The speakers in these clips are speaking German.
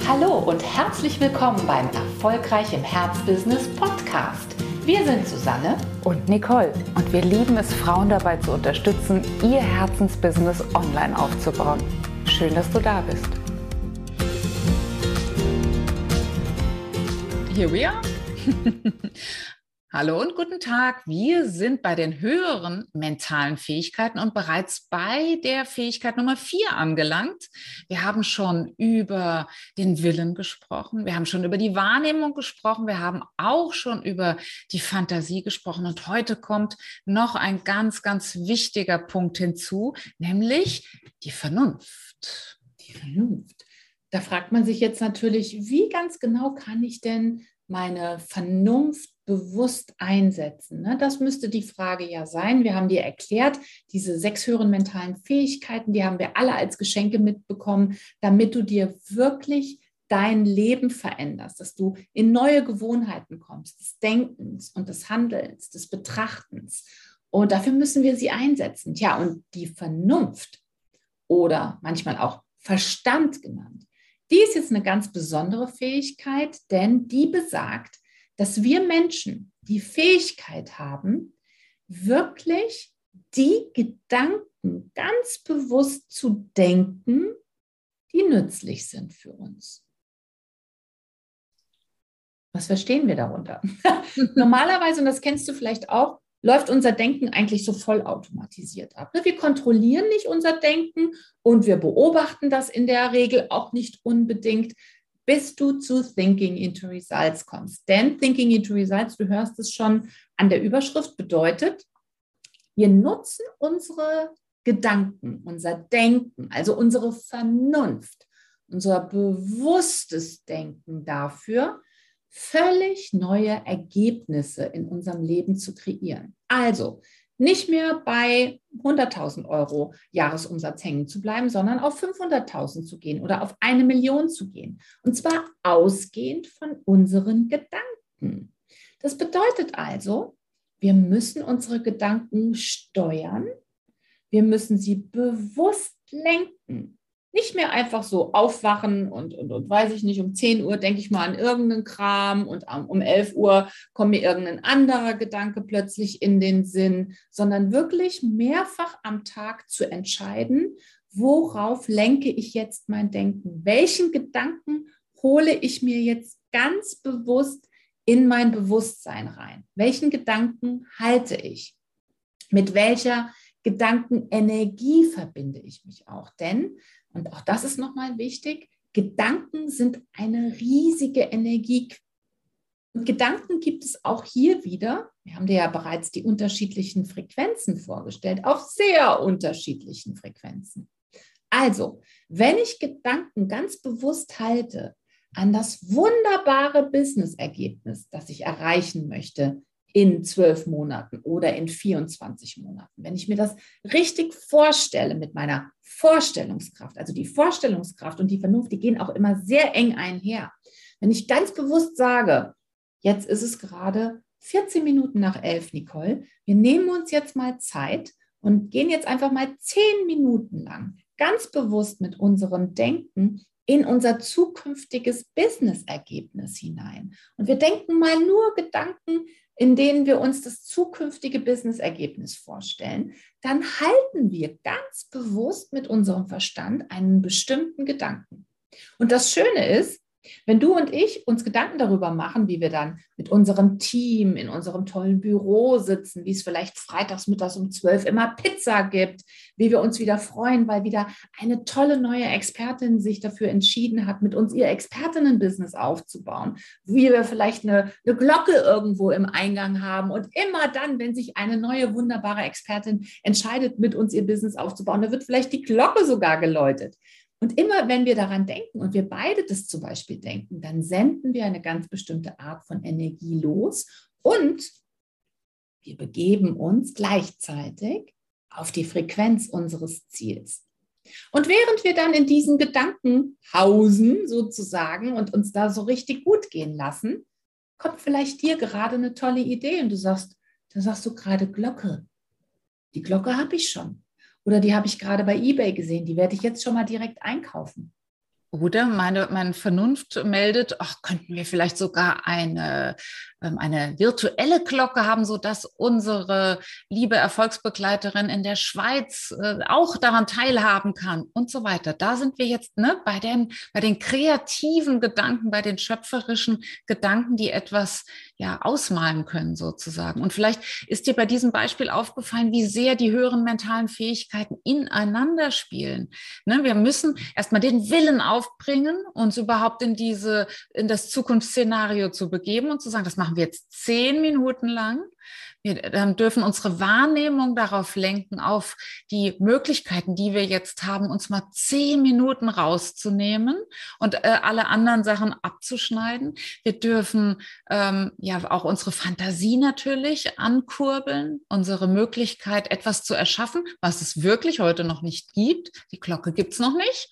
Hallo und herzlich willkommen beim Erfolgreich im Herzbusiness Podcast. Wir sind Susanne und Nicole und wir lieben es, Frauen dabei zu unterstützen, ihr Herzensbusiness online aufzubauen. Schön, dass du da bist. Here we are. Hallo und guten Tag. Wir sind bei den höheren mentalen Fähigkeiten und bereits bei der Fähigkeit Nummer 4 angelangt. Wir haben schon über den Willen gesprochen. Wir haben schon über die Wahrnehmung gesprochen. Wir haben auch schon über die Fantasie gesprochen. Und heute kommt noch ein ganz, ganz wichtiger Punkt hinzu, nämlich die Vernunft. Die Vernunft. Da fragt man sich jetzt natürlich, wie ganz genau kann ich denn meine Vernunft bewusst einsetzen? Das müsste die Frage ja sein. Wir haben dir erklärt, diese 6 höheren mentalen Fähigkeiten, die haben wir alle als Geschenke mitbekommen, damit du dir wirklich dein Leben veränderst, dass du in neue Gewohnheiten kommst, des Denkens und des Handelns, des Betrachtens. Und dafür müssen wir sie einsetzen. Tja, und die Vernunft oder manchmal auch Verstand genannt, die ist jetzt eine ganz besondere Fähigkeit, denn die besagt, dass wir Menschen die Fähigkeit haben, wirklich die Gedanken ganz bewusst zu denken, die nützlich sind für uns. Was verstehen wir darunter? Normalerweise, und das kennst du vielleicht auch, läuft unser Denken eigentlich so vollautomatisiert ab. Wir kontrollieren nicht unser Denken und wir beobachten das in der Regel auch nicht unbedingt, bis du zu Thinking into Results kommst. Denn Thinking into Results, du hörst es schon an der Überschrift, bedeutet, wir nutzen unsere Gedanken, unser Denken, also unsere Vernunft, unser bewusstes Denken dafür, völlig neue Ergebnisse in unserem Leben zu kreieren. Also nicht mehr bei 100.000 Euro Jahresumsatz hängen zu bleiben, sondern auf 500.000 zu gehen oder auf 1 Million zu gehen. Und zwar ausgehend von unseren Gedanken. Das bedeutet also, wir müssen unsere Gedanken steuern. Wir müssen sie bewusst lenken. Nicht mehr einfach so aufwachen und weiß ich nicht, um 10 Uhr denke ich mal an irgendeinen Kram und um 11 Uhr kommt mir irgendein anderer Gedanke plötzlich in den Sinn, sondern wirklich mehrfach am Tag zu entscheiden, worauf lenke ich jetzt mein Denken? Welchen Gedanken hole ich mir jetzt ganz bewusst in mein Bewusstsein rein? Welchen Gedanken halte ich? Mit welcher Gedankenenergie verbinde ich mich auch? Denn, und auch das ist nochmal wichtig, Gedanken sind eine riesige Energie. Und Gedanken gibt es auch hier wieder, wir haben dir ja bereits die unterschiedlichen Frequenzen vorgestellt, auf sehr unterschiedlichen Frequenzen. Also, wenn ich Gedanken ganz bewusst halte an das wunderbare Businessergebnis, das ich erreichen möchte, in 12 Monaten oder in 24 Monaten. Wenn ich mir das richtig vorstelle mit meiner Vorstellungskraft, also die Vorstellungskraft und die Vernunft, die gehen auch immer sehr eng einher. Wenn ich ganz bewusst sage, jetzt ist es gerade 14 Minuten nach 11, Nicole, wir nehmen uns jetzt mal Zeit und gehen jetzt einfach mal 10 Minuten lang ganz bewusst mit unserem Denken in unser zukünftiges Businessergebnis hinein. Und wir denken mal nur Gedanken, in denen wir uns das zukünftige Businessergebnis vorstellen, dann halten wir ganz bewusst mit unserem Verstand einen bestimmten Gedanken. Und das Schöne ist, wenn du und ich uns Gedanken darüber machen, wie wir dann mit unserem Team in unserem tollen Büro sitzen, wie es vielleicht freitags mittags um 12 immer Pizza gibt, wie wir uns wieder freuen, weil wieder eine tolle neue Expertin sich dafür entschieden hat, mit uns ihr Expertinnen-Business aufzubauen, wie wir vielleicht eine Glocke irgendwo im Eingang haben und immer dann, wenn sich eine neue wunderbare Expertin entscheidet, mit uns ihr Business aufzubauen, da wird vielleicht die Glocke sogar geläutet. Und immer, wenn wir daran denken und wir beide das zum Beispiel denken, dann senden wir eine ganz bestimmte Art von Energie los und wir begeben uns gleichzeitig auf die Frequenz unseres Ziels. Und während wir dann in diesen Gedanken hausen sozusagen und uns da so richtig gut gehen lassen, kommt vielleicht dir gerade eine tolle Idee und da sagst du gerade Glocke. Die Glocke habe ich schon. Oder die habe ich gerade bei eBay gesehen, die werde ich jetzt schon mal direkt einkaufen. Oder meine Vernunft meldet, ach, könnten wir vielleicht sogar eine virtuelle Glocke haben, sodass unsere liebe Erfolgsbegleiterin in der Schweiz auch daran teilhaben kann und so weiter. Da sind wir jetzt bei den kreativen Gedanken, bei den schöpferischen Gedanken, die etwas ausmalen können sozusagen. Und vielleicht ist dir bei diesem Beispiel aufgefallen, wie sehr die höheren mentalen Fähigkeiten ineinander spielen. Wir müssen erstmal den Willen aufbringen, uns überhaupt in das Zukunftsszenario zu begeben und zu sagen, das machen wir jetzt 10 Minuten lang. Wir dürfen unsere Wahrnehmung darauf lenken, auf die Möglichkeiten, die wir jetzt haben, uns mal 10 Minuten rauszunehmen und alle anderen Sachen abzuschneiden. Wir dürfen auch unsere Fantasie natürlich ankurbeln, unsere Möglichkeit, etwas zu erschaffen, was es wirklich heute noch nicht gibt. Die Glocke gibt es noch nicht.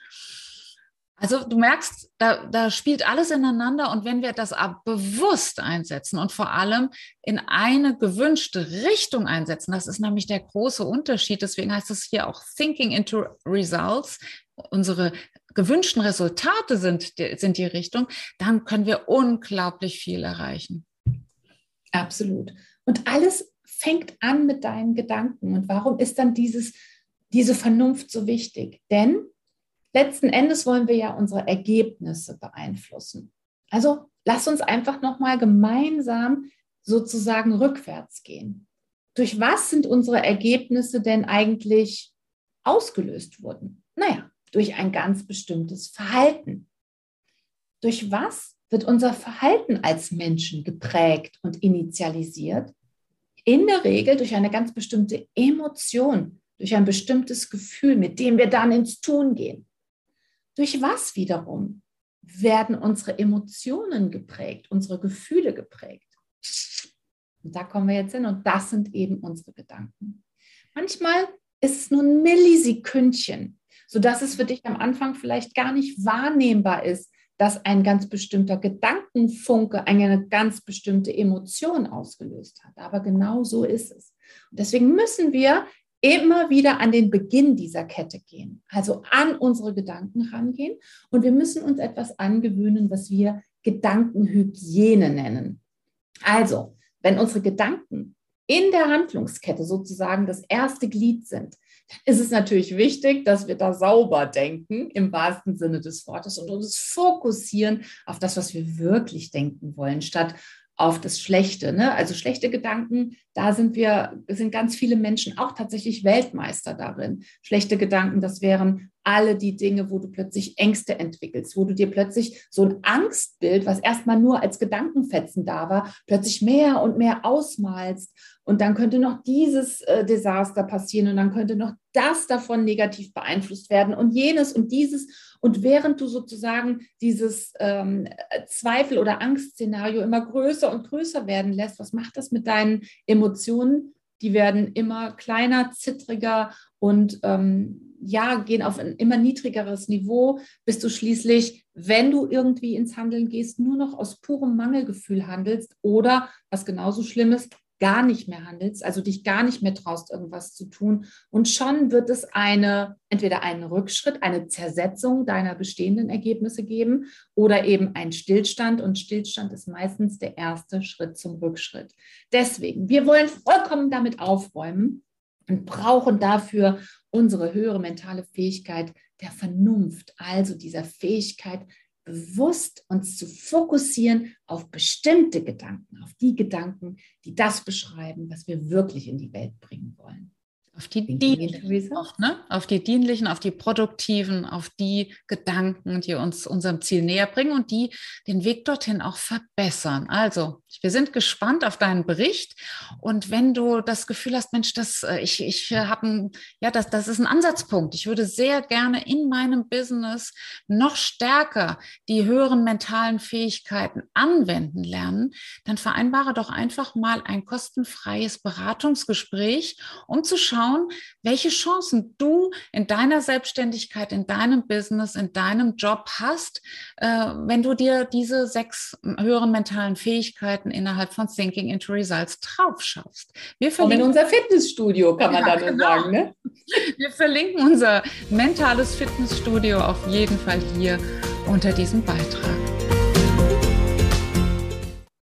Also du merkst, da spielt alles ineinander, und wenn wir das aber bewusst einsetzen und vor allem in eine gewünschte Richtung einsetzen, das ist nämlich der große Unterschied, deswegen heißt es hier auch Thinking into Results, unsere gewünschten Resultate sind die Richtung, dann können wir unglaublich viel erreichen. Absolut. Und alles fängt an mit deinen Gedanken. Und warum ist dann diese Vernunft so wichtig? Denn letzten Endes wollen wir ja unsere Ergebnisse beeinflussen. Also lass uns einfach nochmal gemeinsam sozusagen rückwärts gehen. Durch was sind unsere Ergebnisse denn eigentlich ausgelöst worden? Naja, durch ein ganz bestimmtes Verhalten. Durch was wird unser Verhalten als Menschen geprägt und initialisiert? In der Regel durch eine ganz bestimmte Emotion, durch ein bestimmtes Gefühl, mit dem wir dann ins Tun gehen. Durch was wiederum werden unsere Emotionen geprägt, unsere Gefühle geprägt? Und da kommen wir jetzt hin, und das sind eben unsere Gedanken. Manchmal ist es nur ein Millisekündchen, sodass es für dich am Anfang vielleicht gar nicht wahrnehmbar ist, dass ein ganz bestimmter Gedankenfunke eine ganz bestimmte Emotion ausgelöst hat. Aber genau so ist es. Und deswegen müssen wir immer wieder an den Beginn dieser Kette gehen, also an unsere Gedanken rangehen, und wir müssen uns etwas angewöhnen, was wir Gedankenhygiene nennen. Also, wenn unsere Gedanken in der Handlungskette sozusagen das erste Glied sind, dann ist es natürlich wichtig, dass wir da sauber denken, im wahrsten Sinne des Wortes, und uns fokussieren auf das, was wir wirklich denken wollen, statt auf das Schlechte. Also schlechte Gedanken, da sind ganz viele Menschen auch tatsächlich Weltmeister darin. Schlechte Gedanken, das wären alle die Dinge, wo du plötzlich Ängste entwickelst, wo du dir plötzlich so ein Angstbild, was erstmal nur als Gedankenfetzen da war, plötzlich mehr und mehr ausmalst. Und dann könnte noch dieses Desaster passieren, und dann könnte noch das davon negativ beeinflusst werden und jenes und dieses. Und während du sozusagen dieses Zweifel- oder Angstszenario immer größer und größer werden lässt, was macht das mit deinen Emotionen? Die werden immer kleiner, zittriger und gehen auf ein immer niedrigeres Niveau, bis du schließlich, wenn du irgendwie ins Handeln gehst, nur noch aus purem Mangelgefühl handelst oder, was genauso schlimm ist, gar nicht mehr handelst, also dich gar nicht mehr traust, irgendwas zu tun. Und schon wird es entweder einen Rückschritt, eine Zersetzung deiner bestehenden Ergebnisse geben oder eben ein Stillstand. Und Stillstand ist meistens der erste Schritt zum Rückschritt. Deswegen, wir wollen vollkommen damit aufräumen und brauchen dafür unsere höhere mentale Fähigkeit der Vernunft, also dieser Fähigkeit, bewusst uns zu fokussieren auf bestimmte Gedanken, auf die Gedanken, die das beschreiben, was wir wirklich in die Welt bringen wollen. Auf die dienlichen, auf die dienlichen, auf die produktiven, auf die Gedanken, die uns unserem Ziel näher bringen und die den Weg dorthin auch verbessern. Also, wir sind gespannt auf deinen Bericht, und wenn du das Gefühl hast, Mensch, das ist ein Ansatzpunkt. Ich würde sehr gerne in meinem Business noch stärker die höheren mentalen Fähigkeiten anwenden lernen, dann vereinbare doch einfach mal ein kostenfreies Beratungsgespräch, um zu schauen, welche Chancen du in deiner Selbstständigkeit, in deinem Business, in deinem Job hast, wenn du dir diese 6 höheren mentalen Fähigkeiten innerhalb von Thinking into Results drauf schaffst. In unser Fitnessstudio, kann man dann sagen. Ne? Wir verlinken unser mentales Fitnessstudio auf jeden Fall hier unter diesem Beitrag.